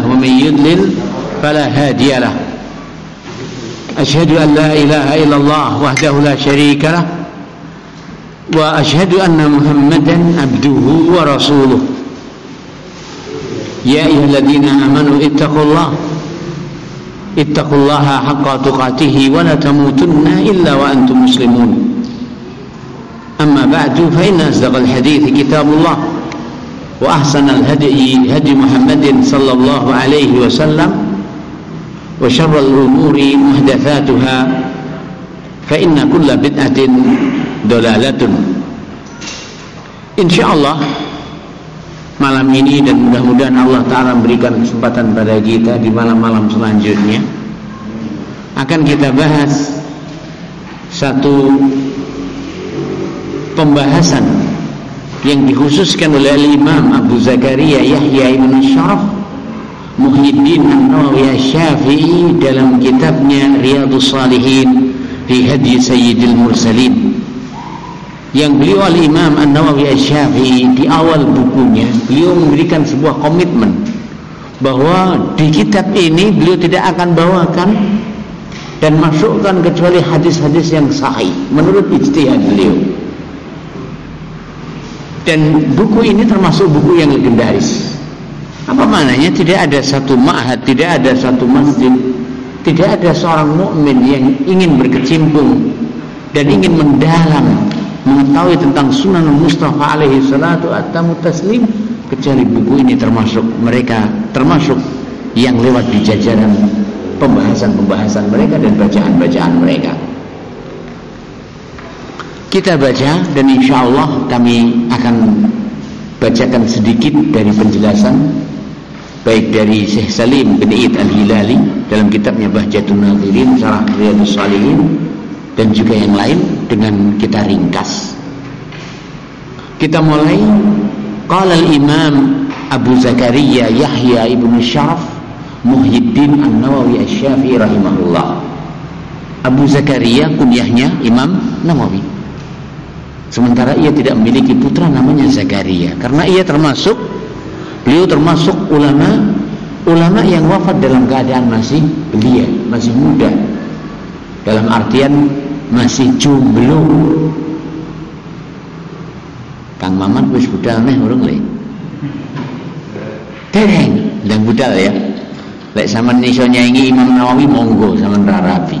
ومن يضلل فلا هادي له أشهد أن لا إله إلا الله وحده لا شريك له وأشهد أن محمدا عبده ورسوله يا أيها الذين آمنوا اتقوا الله حق تقاته ولا تموتن إلا وأنتم مسلمون أما بعد فإن أصدق الحديث كتاب الله وأحسن الهدي هدي محمد صلى الله عليه وسلم وشر الأمور محدثاتها فإن كل بدعة ضلالة. Insyaallah malam ini dan mudah-mudahan Allah Ta'ala memberikan kesempatan pada kita di malam-malam selanjutnya akan kita bahas satu pembahasan yang dikhususkan oleh Imam Abu Zakaria Yahya ibn Syaraf Muhyiddin An-Nawawi Asy-Syafi'i dalam kitabnya Riyadhus Shalihin fi Hadyi Sayyidil Mursalin, yang beliau Imam An-Nawawi Asy-Syafi'i di awal bukunya beliau memberikan sebuah komitmen bahwa di kitab ini beliau tidak akan bawakan dan masukkan kecuali hadis-hadis yang sahih menurut ijtihad beliau. Dan buku ini termasuk buku yang legendaris. Apa maknanya? Tidak ada satu ma'had, tidak ada satu masjid, tidak ada seorang mukmin yang ingin berkecimpung dan ingin mendalam mengetahui tentang Sunan Mustafa alaihi salatu atammu taslim kecuali buku ini termasuk yang lewat di jajaran pembahasan mereka dan bacaan-bacaan mereka. Kita baca dan insya Allah kami akan bacakan sedikit dari penjelasan baik dari Syekh Salim bin Eid Al-Hilali dalam kitabnya Bahjatun Nadhirin Syarah Riyadhus Shalihin dan juga yang lain dengan kita ringkas. Kita mulai. Qala al-Imam Abu Zakaria Yahya ibn Syaraf Muhyiddin An-Nawawi Asy-Syafi'i rahimahullah. Abu Zakaria kunyahnya Imam Nawawi, sementara ia tidak memiliki putra namanya Zakaria karena beliau termasuk ulama yang wafat dalam keadaan masih belia, masih muda, dalam artian masih jomblo. Kang Mamat wis budal neh urung le. Dereng ndang budal ya. Lek sampean iso nyanyi Imam Nawawi monggo sampean ra rabi.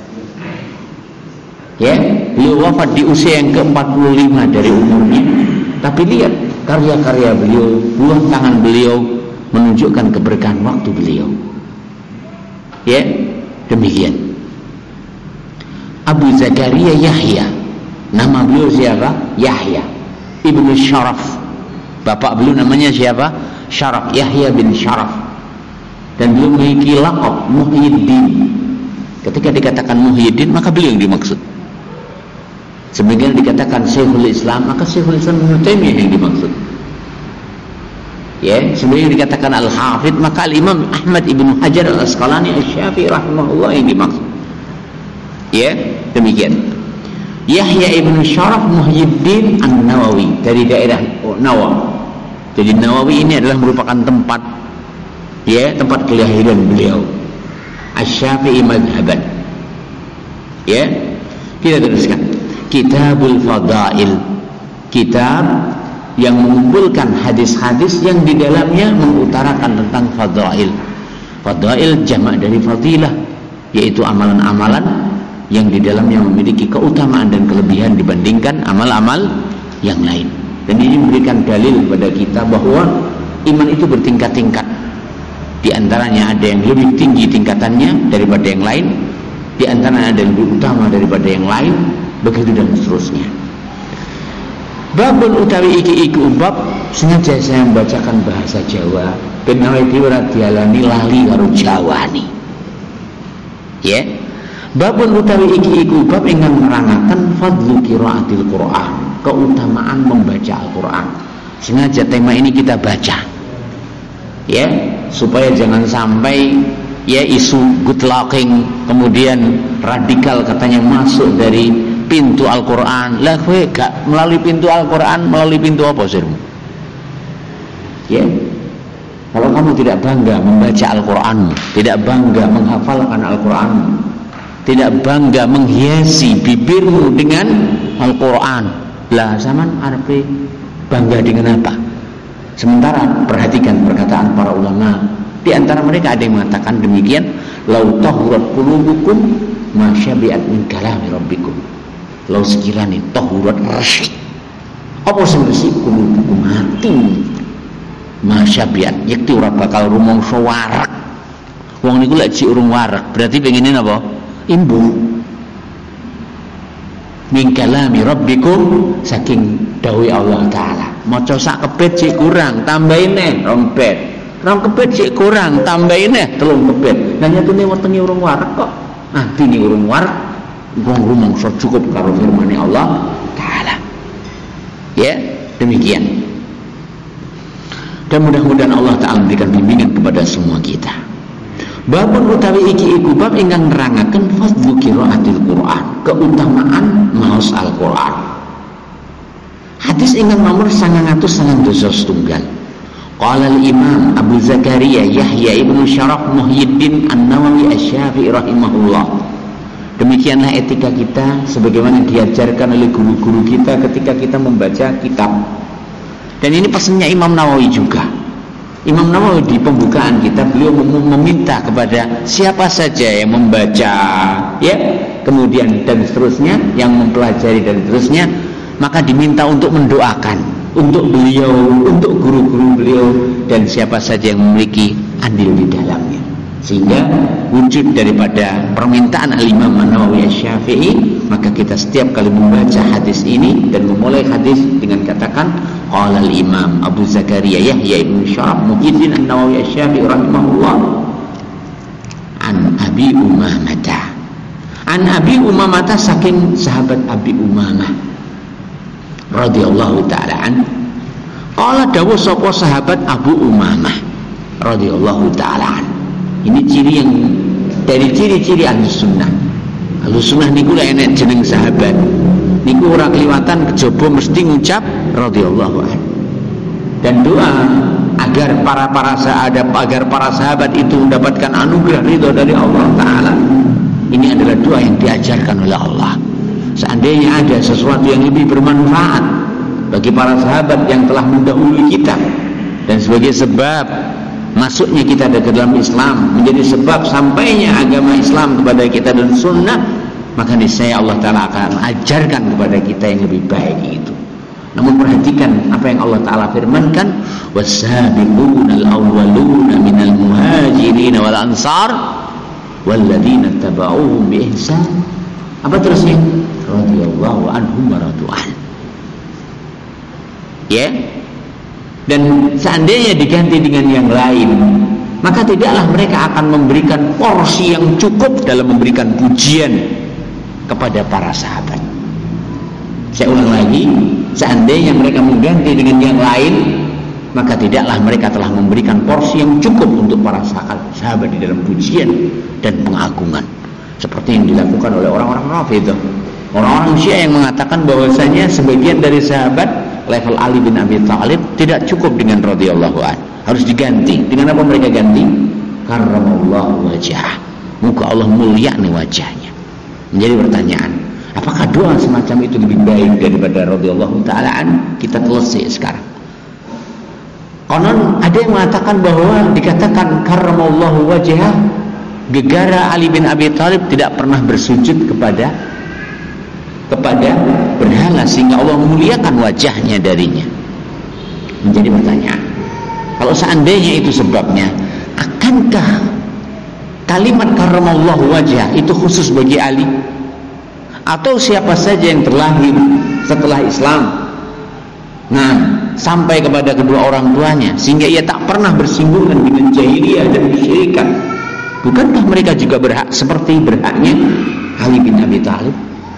Ya, beliau wafat di usia yang ke-45 dari umurnya. Tapi lihat karya-karya beliau, buah tangan beliau menunjukkan keberkahan waktu beliau. Ya, demikian. Abu Zakaria Yahya, nama beliau siapa? Yahya Ibnu Syaraf. Bapak beliau namanya siapa? Syaraf, Yahya bin Syaraf. Dan beliau memiliki laqab Muhyiddin. Ketika dikatakan Muhyiddin, maka beliau yang dimaksud. Sebagian dikatakan Syekhul Islam, maka Syekhul Islam Ibnu Taimiyah yang dimaksud. Ya, sebagian dikatakan Al-Hafidh, maka Al-Imam Ahmad Ibnu Hajar Al-Asqalani Asy-Syafi'i rahimahullah yang dimaksud. Ya, demikian. Yahya ibn Syaraf Muhyiddin An-Nawawi dari daerah Nawawi. Jadi Nawawi ini adalah merupakan tempat kelahiran beliau. Asy-Syafi'i madhhaban. Ya, kita teruskan. Kitabul Fadail, kitab yang mengumpulkan hadis-hadis yang di dalamnya mengutarakan tentang fadail. Fadail jamak dari fadilah, yaitu amalan-amalan yang di dalamnya memiliki keutamaan dan kelebihan dibandingkan amal-amal yang lain. Dan ini memberikan dalil kepada kita bahwa iman itu bertingkat-tingkat. Di antaranya ada yang lebih tinggi tingkatannya daripada yang lain, di antaranya ada yang lebih utama daripada yang lain, begitu dan seterusnya. Babun utawi iki bab, sengaja saya membacakan bahasa Jawa ben awake dhewe ora dialani lali karo Jawani. Ya. Babun utawi iki bab ingkang nerangaken fadlu qiraatil Qur'an, keutamaan membaca Al-Qur'an. Sengaja tema ini kita baca. Ya, supaya jangan sampai ya isu good looking kemudian radikal katanya masuk dari pintu Al-Qur'an. Lah kowe gak melalui pintu Al-Qur'an, melalui pintu apa sirmu? Ya. Kalau kamu tidak bangga membaca Al-Quran, tidak bangga menghafalkan Al-Quran, tidak bangga menghiasi bibirmu dengan Al-Quran, lah zaman arep bangga dengan apa? Sementara perhatikan perkataan para ulama, di antara mereka ada yang mengatakan demikian, lau tahurat qulubukum ma syabi'at min kalami rabbikum. Lau sekiranya tahurat rasyid, apa sing resik qulubukum hati masyabiat yakti ora bakal rumangsa warak. Wong niku lek jek urung warak berarti pengine napa? Imbuh. Min kalami rabbikum, saking dawuh Allah taala. Maca sak kebet jek kurang, tambahin neh rong bet. Rong kebet jek kurang, tambahin neh telung kebet. Lah nyatune wetenge urung warak kok. Atine urung warak, wong rumangsa cukup karo firman Allah taala. Ya, demikian. Dan mudah-mudahan Allah Ta'ala memberikan bimbingan kepada semua kita. Babun utawi iki iku bab ingkang nerangaken fadlu qiraatil Quran, keutamaan maos Al-Quran. Hadis ingkang nomor 997. Qala al-Imam Abu Zakaria Yahya ibnu Syaraf Muhyiddin An-Nawawi Asy-Syafi'i rahimahullah. Demikianlah etika kita sebagaimana diajarkan oleh guru-guru kita ketika kita membaca kitab. Dan ini pesannya Imam Nawawi juga. Imam Nawawi di pembukaan kita, beliau meminta kepada siapa saja yang membaca, ya, kemudian dan seterusnya, yang mempelajari dan seterusnya, maka diminta untuk mendoakan untuk beliau, untuk guru-guru beliau, dan siapa saja yang memiliki andil di dalamnya. Sehingga wujud daripada permintaan Al-Imam An-Nawawi Asy-Syafi'i, maka kita setiap kali membaca hadis ini dan memulai hadis dengan katakan qala al-Imam Abu Zakaria Yahya ibnu Syaraf Muhyiddin An-Nawawi Asy-Syafi'i rahimahullah an Abi Umamah. An Abi Umamah, saking sahabat Abi Umamah radhiyallahu taala an, qala dawuh sapa sahabat Abu Umamah radhiyallahu taala an. Ini ciri yang dari ciri-ciri Ahlus Sunnah. Ahlus Sunnah niku lek enek jeneng sahabat niku ora kliwatan kejaba mesti ngucap radhiyallahu anhu. Dan doa agar para sahabat itu mendapatkan anugerah ridho dari Allah taala. Ini adalah doa yang diajarkan oleh Allah. Seandainya ada sesuatu yang lebih bermanfaat bagi para sahabat yang telah mendahului kita dan sebagai sebab masuknya kita ke dalam Islam, menjadi sebab sampainya agama Islam kepada kita dan sunnah, maka niscaya Allah Ta'ala akan ajarkan kepada kita yang lebih baik itu. Namun perhatikan apa yang Allah Ta'ala firmankan, was-sabiquna al-awwaluna minal muhajirin wal ansar walladzina tabauhum bi ihsan. Apa terusnya? Radhiyallahu anhum wa radu an. Ya. Dan seandainya diganti dengan yang lain, maka tidaklah mereka akan memberikan porsi yang cukup dalam memberikan pujian kepada para sahabat. Saya ulang lagi, seandainya mereka mengganti dengan yang lain, maka tidaklah mereka telah memberikan porsi yang cukup untuk para sahabat di dalam pujian dan pengagungan, seperti yang dilakukan oleh orang-orang Rafidhah. Orang-orang Syiah yang mengatakan bahwasanya sebagian dari sahabat level Ali bin Abi Thalib tidak cukup dengan radhiyallahu an, harus diganti. Dengan apa mereka ganti? Karramallahu wajhah, muka Allah mulia nih wajahnya. Menjadi pertanyaan, apakah doa semacam itu lebih baik daripada radhiyallahu taala an? Kita telusuri sekarang. Konon ada yang mengatakan bahwa dikatakan karramallahu wajhah gegara Ali bin Abi Thalib tidak pernah bersujud kepada berhala sehingga Allah memuliakan wajahnya darinya. Menjadi pertanyaan, kalau seandainya itu sebabnya, akankah kalimat karramallahu wajah itu khusus bagi Ali atau siapa saja yang terlahir setelah Islam, nah sampai kepada kedua orang tuanya sehingga ia tak pernah bersinggungan dengan jahiliyah dan kesyirikan, bukankah mereka juga berhak seperti berhaknya Ali bin Abi Thalib,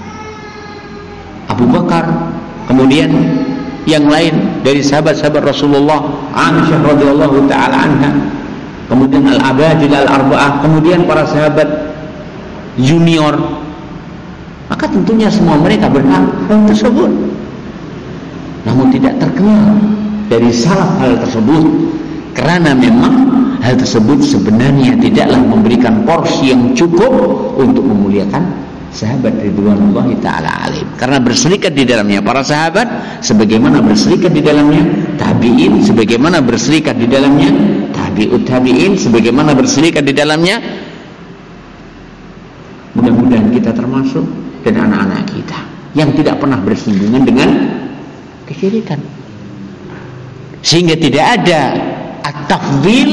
Abu Bakar, kemudian yang lain dari sahabat-sahabat Rasulullah, Aisyah radhiyallahu taala anha, kemudian al-abadil al-arba'ah, kemudian para sahabat junior, maka tentunya semua mereka berhak hal tersebut. Namun tidak terkenal dari salaf hal tersebut, Karena memang hal tersebut sebenarnya tidaklah memberikan porsi yang cukup untuk memuliakan sahabat ridwanullahi ta'ala alaihim. Karena berserikat di dalamnya para sahabat, sebagaimana berserikat di dalamnya tabi'in, sebagaimana berserikat di dalamnya tabi'ut tabi'in, sebagaimana berserikat di dalamnya, mudah-mudahan kita termasuk, dan anak-anak kita yang tidak pernah bersinggungan dengan kesyirikan, sehingga tidak ada at-tafdhil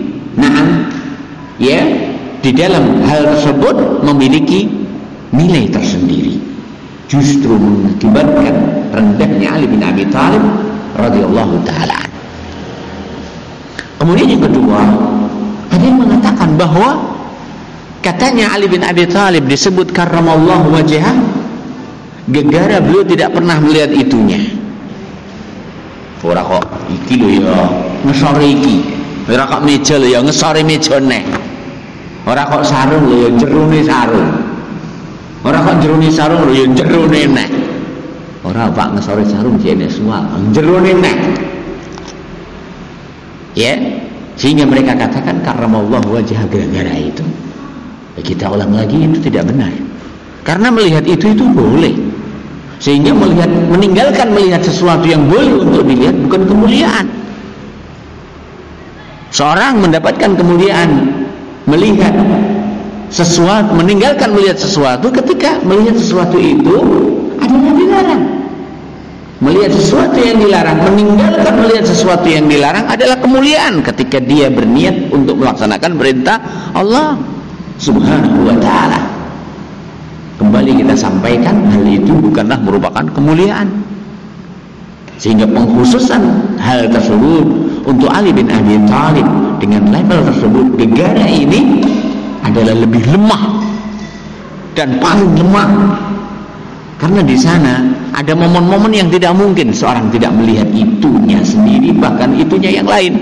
ya, di dalam hal tersebut memiliki nilai tersendiri, justru mengakibatkan rendahnya Ali bin Abi Thalib radhiyallahu taala. Kemudian yang kedua, ada yang mengatakan bahwa katanya Ali bin Abi Thalib disebut karramallahu wajhah gegara beliau tidak pernah melihat itunya. Ora kok iki lho ya ngesore iki, ora kok meja lho ya ngesore mejane, ora kok sarung lho ya jerone sarung, ora kok jerone sarung lho ya jerone nek, ora pak ngesore sarung jene sual jerone nek, ya. Sehingga mereka katakan karramallahu wajhah gara-gara itu. Ya, kita ulang lagi, itu tidak benar, karena melihat itu boleh. Sehingga meninggalkan melihat sesuatu yang boleh untuk dilihat bukan kemuliaan. Seorang mendapatkan kemuliaan melihat sesuatu, meninggalkan melihat sesuatu ketika melihat sesuatu itu adalah dilarang. Melihat sesuatu yang dilarang, meninggalkan melihat sesuatu yang dilarang adalah kemuliaan ketika dia berniat untuk melaksanakan perintah Allah Subhanahu wa ta'ala. Kembali kita sampaikan, hal itu bukanlah merupakan kemuliaan. Sehingga pengkhususan hal tersebut untuk Ali bin Abi Thalib dengan level tersebut, negara ini adalah lebih lemah dan paling lemah. Karena di sana ada momen-momen yang tidak mungkin seorang tidak melihat itunya sendiri, bahkan itunya yang lain.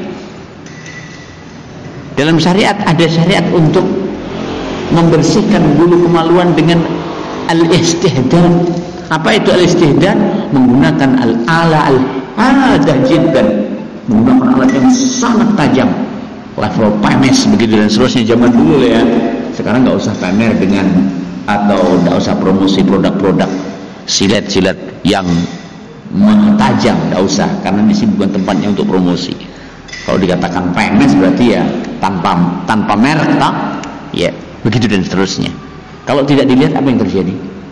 Dalam syariat ada syariat untuk membersihkan bulu kemaluan dengan al-istihdad. Apa itu al-istihdad? Menggunakan al-ala al-hadah jiddan, menggunakan alat yang sangat tajam, level PMS begitu dan seterusnya. Zaman dulu ya, sekarang nggak usah pamer dengan, atau nggak usah promosi produk-produk silet-silet yang tajam, nggak usah, karena di sini bukan tempatnya untuk promosi. Kalau dikatakan PMS berarti ya tanpa merek, ya begitu dan seterusnya. Kalau tidak dilihat, apa yang terjadi?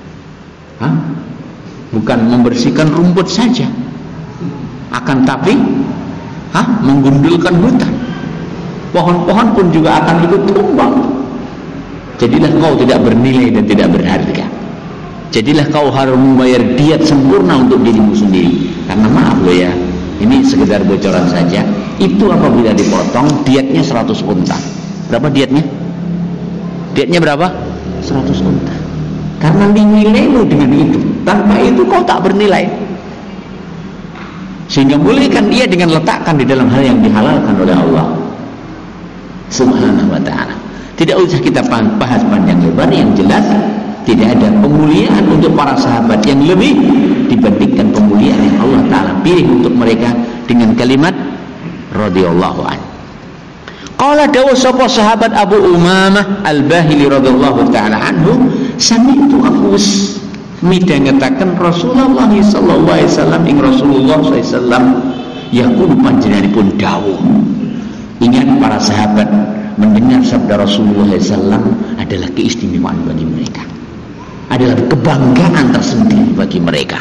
Bukan membersihkan rumput saja, akan tapi menggundulkan hutan. Pohon-pohon pun juga akan ikut tumbang. Jadilah kau tidak bernilai dan tidak berharga. Jadilah kau harus membayar diat sempurna untuk dirimu sendiri. Karena maaf loh ya, ini sekedar bocoran saja. Itu apabila dipotong diatnya 100 unta. Berapa diatnya? Diatnya berapa? 100 unta. Karena nilaimu dengan itu. Tanpa itu kau tak bernilai. Sehingga bolehkan dia dengan letakkan di dalam hal yang dihalalkan oleh Allah Subhanahu wa ta'ala. Tidak usah kita bahas panjang lebar. Yang jelas tidak ada pemuliaan untuk para sahabat yang lebih dibandingkan pemuliaan yang Allah ta'ala pilih untuk mereka dengan kalimat radhiyallahu anhu. Qala dawu sapa sahabat Abu Umamah Al-Bahili radhiyallahu taala anhu, sami'tu afus midhangetaken Rasulullah sallallahu alaihi wasallam ing Rasulullah sallallahu alaihi wasallam yaqul panjenenganipun dawuh. Ingat, para sahabat mendengar sabda Rasulullah sallallahu alaihi wasallam adalah keistimewaan bagi mereka, adalah kebanggaan tersendiri bagi mereka.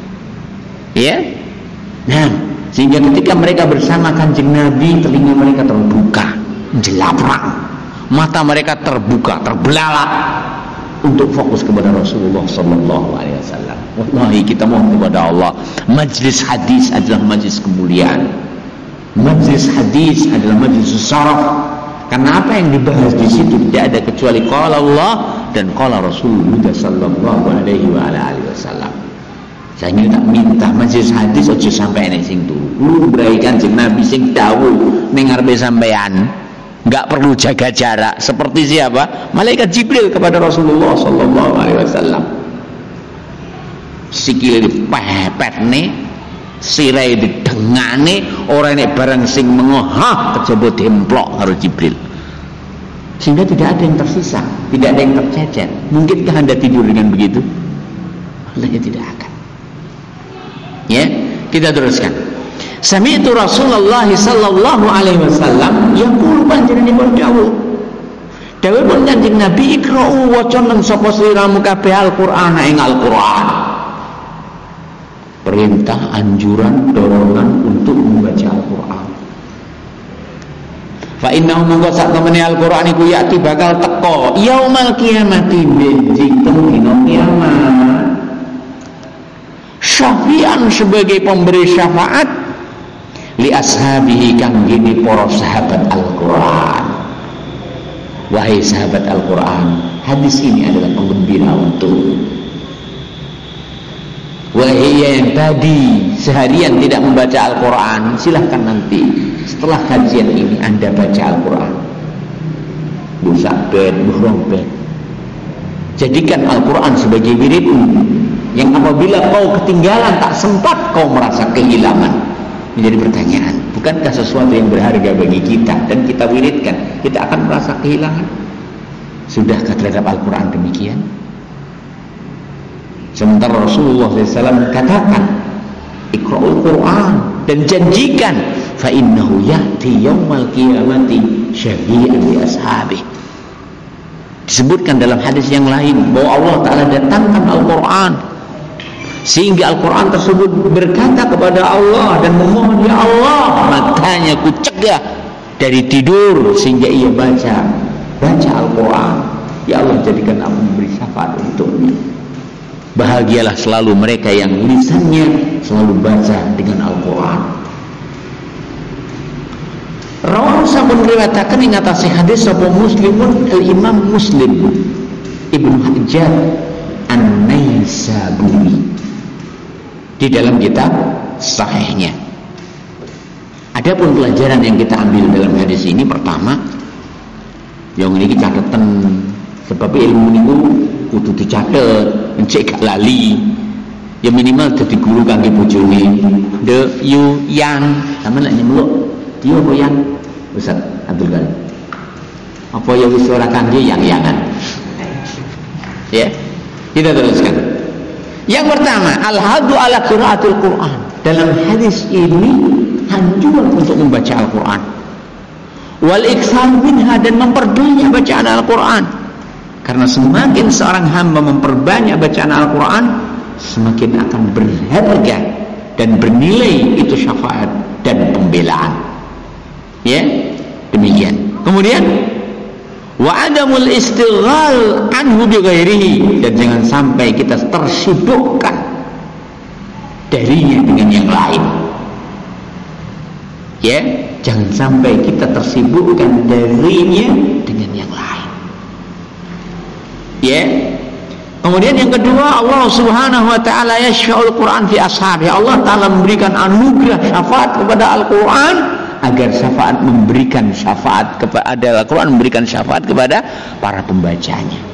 Ya. Nah, sehingga ketika mereka bersama Kanjeng Nabi, telinga mereka terbuka, jelaprak, mata mereka terbuka, terbelalak untuk fokus kepada Rasulullah sallallahu alaihi wasallam. Wallahi kita mohon kepada Allah, majlis hadis adalah majlis kemuliaan. Majlis hadis adalah majlis syaraf. Karena apa yang dibahas di situ tidak ada kecuali qala Allah dan qala Rasulullah sallallahu alaihi wasallam. Saya tak minta majlis hadis aja sampai nek sing turu. Lu brai Kanjeng Nabi sing dawuh ning ngarepe sampean. Enggak perlu jaga jarak. Seperti siapa? Malaikat Jibril kepada Rasulullah sallallahu alaihi wasallam. Sikile dipepetne, sirahe dideng ngane ora enek barang sing mengohah kejaba demplok karo Jibril. Sehingga tidak ada yang tersisa, tidak ada yang tercecer. Mungkinkah Anda tidur dengan begitu? Allah tidak akan. Ya, kita teruskan. Sami'tu Rasulullah sallallahu alaihi wasallam yaqulu panjenenganipun dawuh. Dawuhipun Kanjeng Nabi, ikra'u waca nang sapa sliramu kabeh Al-Qur'an ing Al-Qur'an. Perintah, anjuran, dorongan untuk membaca Al-Qur'an. Fa innahu monggo sak temene Al-Qur'an iku yati bakal teko yaumal kiamati benjing dina kiamat. Syafi'an sebagai pemberi syafaat li ashabihi kang gini para sahabat Al-Qur'an. Wahai sahabat Al-Qur'an, hadis ini adalah penggembira untuk wahai yang tadi seharian tidak membaca Al-Qur'an, silahkan nanti setelah kajian ini Anda baca Al-Qur'an. Busak bed, buhrobet. Jadikan Al-Qur'an sebagai wiridmu, yang apabila kau ketinggalan tak sempat kau merasa kehilangan. Menjadi pertanyaan, bukankah sesuatu yang berharga bagi kita dan kita wiridkan, kita akan merasa kehilangan? Sudahkah terhadap Al-Quran demikian? Sementara Rasulullah SAW katakan, ikra'ul Quran, dan janjikan, fa innahu ya'ti yawmal qiyamati syafi'an li ashabih. Disebutkan dalam hadis yang lain bahwa Allah Ta'ala datangkan Al-Quran, sehingga Al-Quran tersebut berkata kepada Allah dan memohon, ya Allah, matanya ku cegah dari tidur sehingga ia baca Al-Quran. Ya Allah, jadikan aku memberi syafaat untuknya. Bahagialah selalu mereka yang lisannya selalu baca dengan Al-Quran. Rawahu sabun riwayataken ing atase hadis sapa Muslimun al-Imam Muslim Ibnu Hajjaj An-Naisaburi di dalam kitab sahihnya. Adapun pelajaran yang kita ambil dalam hadis ini, pertama, yang ini catatan, sebab ilmu niku kudu dicatet, encik gak lali. Ya minimal dadi guru kangge bojone. De yu yang, sampeyan lek nyemluk, dia apa yang? Ustaz Abdul Ghani. Apa ya wis ora kangge yang-yangan. Ya. Kita teruskan. Yang pertama, al-hadu ala qiraatil Quran. Dalam hadis ini anjuran untuk membaca Al-Quran. Wal iksar minha, dan memperbanyak bacaan Al-Quran. Karena semakin seorang hamba memperbanyak bacaan Al-Quran, semakin akan berharga dan bernilai itu syafaat dan pembelaan. Ya, demikian. Kemudian wa adamul istighal anhu bi ghairihi, dan jangan sampai kita tersibukkan darinya dengan yang lain. Ya, jangan sampai kita tersibukkan darinya dengan yang lain. Ya. Kemudian yang kedua, Allah Subhanahu wa taala yashfa'ul Quran fi ashabi. Allah Taala memberikan anugerah syafaat kepada Al-Quran, agar syafaat memberikan syafaat kepada Al-Quran, memberikan syafaat kepada para pembacanya.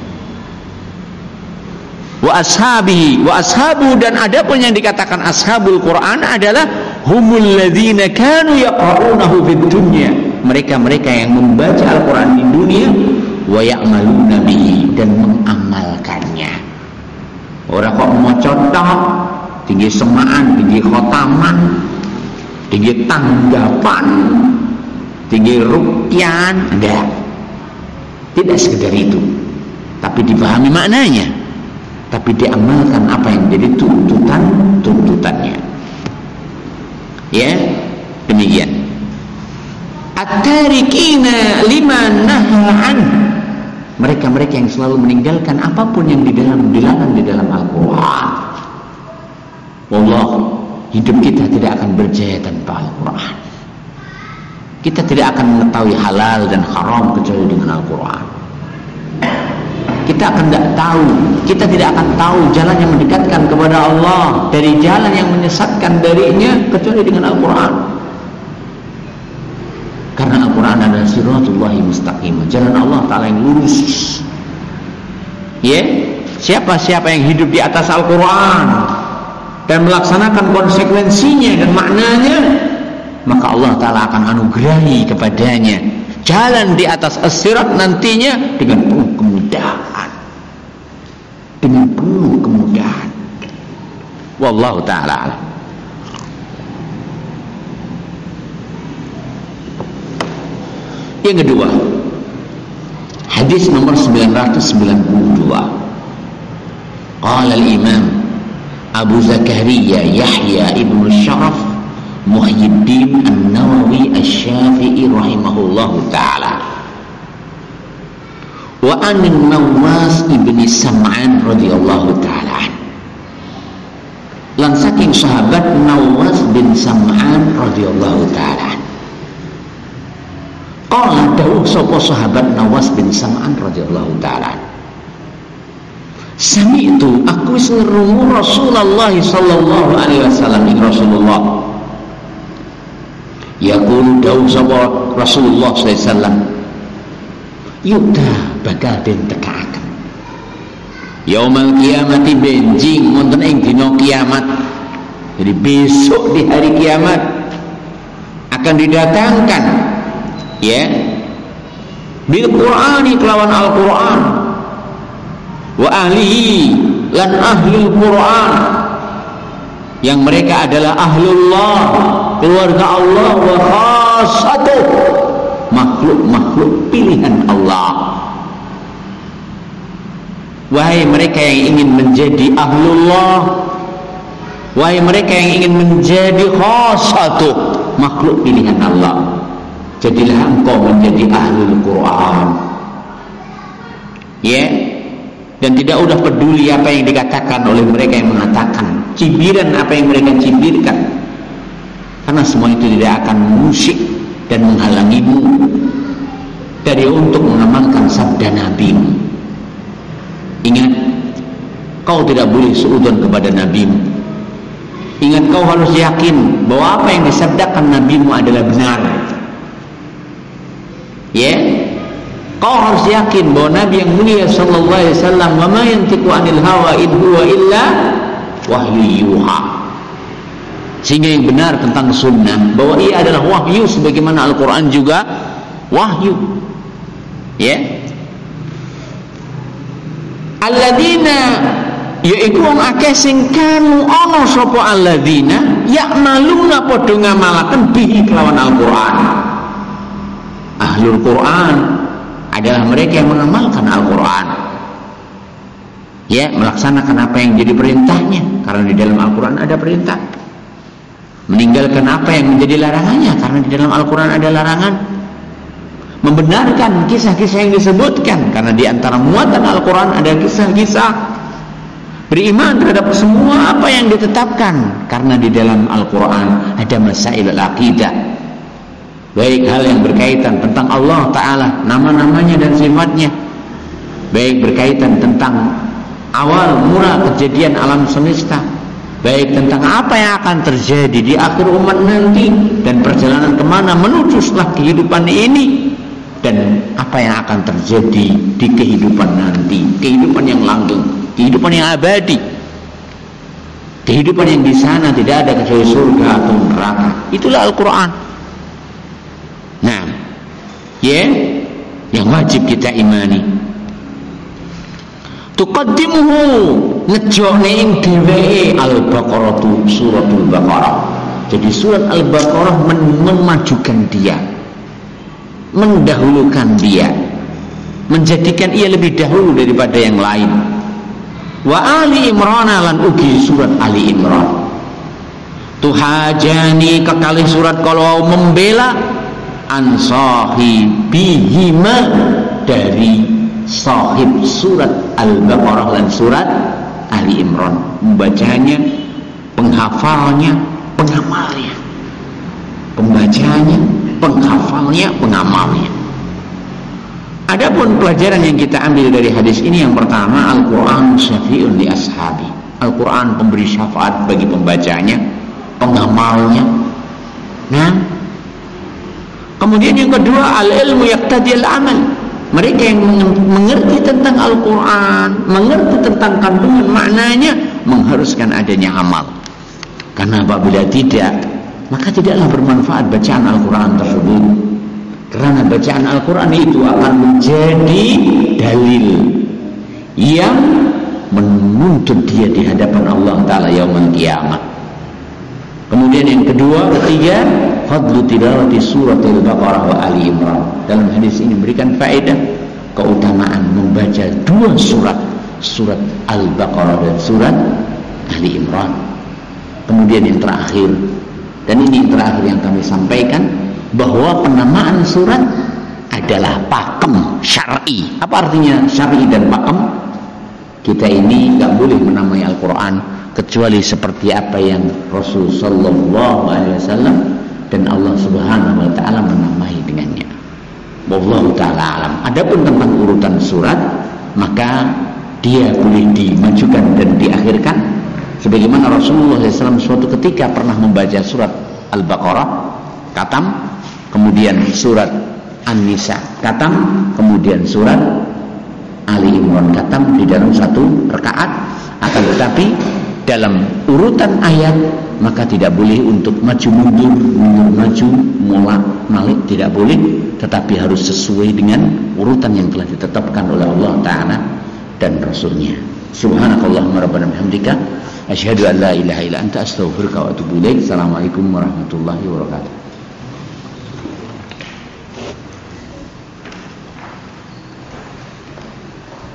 Wa ashabu, dan adapun yang dikatakan ashabul Quran adalah humul ladzina kanu yaqra'unahu fid dunya, mereka-mereka yang membaca Al-Quran di dunia, wa ya'maluna bihi, dan mengamalkannya. Ora kok maca tok, tinggi semaan, tinggi khotaman, tinggi tanggapan, tinggi rukyan, enggak. Tidak sekedar itu, tapi dipahami maknanya, tapi diamalkan apa yang menjadi tuntutannya. Ya, demikian. At-tarikina liman nahaan, mereka-mereka yang selalu meninggalkan apapun yang dilarang di dalam Al-Quran. Wallah, hidup kita tidak akan berjaya tanpa Al-Quran. Kita tidak akan mengetahui halal dan haram kecuali dengan Al-Quran. Kita tidak akan tahu jalan yang mendekatkan kepada Allah dari jalan yang menyesatkan darinya kecuali dengan Al-Quran. Karena Al-Quran adalah siratullahi mustaqim, jalan Allah Ta'ala yang lurus. Ya, siapa-siapa yang hidup di atas Al-Quran dan melaksanakan konsekuensinya dan maknanya, maka Allah Ta'ala akan anugerahi kepadanya jalan di atas as-sirat nantinya dengan penuh kemudahan. Dengan penuh kemudahan. Wallahu ta'ala alam. Yang kedua, hadis nomor 992. Qala al-Imam Abu Zakaria Yahya ibn Syaraf Muhyiddin An-Nawawi Asy-Syafi'i rahimahullahu ta'ala, wa anin Nawas ibni Sam'an radhiyallahu ta'ala, lan saking sahabat Nawas bin Sam'an radhiyallahu ta'ala, qala dawuh sapa sahabat Nawas bin Sam'an radhiyallahu ta'ala, sami'tu aku wis ngrungu Rasulullah sallallahu alaihi wasallam ing Rasulullah yaqul dawuh sapa Rasulullah sallallahu alaihi wasallam, yuda bakal den tekaken yaumul kiamati benjing wonten ing dina kiamat. Jadi besok di hari kiamat akan didatangkan ya bil Qur'ani kelawan Al-Qur'an wa ahlihi lan ahlul Qur'an yang mereka adalah ahlullah keluarga Allah wa khassatuh makhluk-makhluk pilihan Allah. Wahai mereka yang ingin menjadi ahlullah, wahai mereka yang ingin menjadi khassatuh makhluk pilihan Allah, jadilah engkau menjadi ahlul Quran ya. Dan tidak udah peduli apa yang dikatakan oleh mereka yang mengatakan, cibiran apa yang mereka cibirkan, karena semua itu tidak akan mengusik dan menghalangimu dari untuk mengamalkan sabda Nabi-Mu. Ingat, kau tidak boleh seudon kepada Nabi-Mu. Ingat, kau harus yakin bahwa apa yang disabdakan Nabi-Mu adalah benar ya. Kau harus yakin bahwa Nabi yang mulia sallallahu alaihi wasallam wa ma yantiqu anil hawa in huwa illa wahyu yuha, sehingga yang benar tentang sunnah bahwa ia adalah wahyu sebagaimana Al-Quran juga wahyu ya. Alladzina yaiku wong akeh sing kanu ana sapa alladzina ya'maluna padha ngamalaken bihi kelawan Al-Quran. Ahlul Quran adalah mereka yang mengamalkan Al-Quran ya, melaksanakan apa yang jadi perintahnya, karena di dalam Al-Quran ada perintah, meninggalkan apa yang menjadi larangannya, karena di dalam Al-Quran ada larangan, membenarkan kisah-kisah yang disebutkan, karena di antara muatan Al-Quran ada kisah-kisah, beriman terhadap semua apa yang ditetapkan, karena di dalam Al-Quran ada masail al-aqidah, baik hal yang berkaitan tentang Allah Ta'ala, nama-namanya dan sifatnya, baik berkaitan tentang awal mula kejadian alam semesta, baik tentang apa yang akan terjadi di akhir umat nanti dan perjalanan kemana menuju setelah kehidupan ini, dan apa yang akan terjadi di kehidupan nanti, kehidupan yang langgeng, kehidupan yang abadi, kehidupan yang di sana tidak ada kecuali surga atau neraka. Itulah Al-Quran. Nah, ya, yang wajib kita imani. Tuqaddimuhu ngejone ing dheweke Al-Baqarah, suratul Baqarah. Jadi surat Al-Baqarah memajukan dia, mendahulukan dia, menjadikan ia lebih dahulu daripada yang lain. Wa Ali Imran lan ugi surat Ali Imran. Tuhajani kekalih surat kalau membela ansahibihima dari sahib surat Al-Baqarah dan surat Ali Imran, membacanya, penghafalnya, pengamalnya, pembacanya, penghafalnya, pengamalnya. Adapun pelajaran yang kita ambil dari hadis ini, yang pertama, Al-Quran syafi'un li ashabi, Al-Quran pemberi syafaat bagi pembacanya, pengamalnya. Nah, kemudian yang kedua, al-ilmu yaqtadi al-amal. Mereka yang mengerti tentang Al-Quran, mengerti tentang kandungan maknanya, mengharuskan adanya amal. Karena apabila tidak, maka tidaklah bermanfaat bacaan Al-Quran tersebut, karena bacaan Al-Quran itu akan menjadi dalil yang menuntut dia di hadapan Allah Ta'ala yaumul qiyamah. Kemudian yang kedua, ketiga, fadlu tilawati suratul Baqarah wa Ali Imran. Dalam hadis ini memberikan faedah keutamaan membaca dua surat, surat Al-Baqarah dan surat Ali Imran. Kemudian yang terakhir, dan ini yang terakhir yang kami sampaikan, bahwa penamaan surat adalah pakem syar'i. Apa artinya syar'i dan pakem? Kita ini nggak boleh menamai Al-Quran kecuali seperti apa yang Rasul Sallallahu Alaihi Wasallam dan Allah Subhanahu Wa Taala menamai dengannya. Wallahu Taala alam. Adapun tentang urutan surat, maka dia boleh dimajukan dan diakhirkan, sebagaimana Rasulullah SAW suatu ketika pernah membaca surat Al-Baqarah katam, kemudian surat An-Nisa katam, kemudian surat Ali Imran katam di dalam satu rakaat. Akan tetapi dalam urutan ayat maka tidak boleh untuk maju mundur, mundur maju, molak malik, tidak boleh, tetapi harus sesuai dengan urutan yang telah ditetapkan oleh Allah Ta'ala dan Rasulnya. Subhanakallahumma rabbana bihamdika asyhadu an la ilaha illa anta astaghfiruka wa atubu ilaik. Assalamualaikum warahmatullahi wabarakatuh.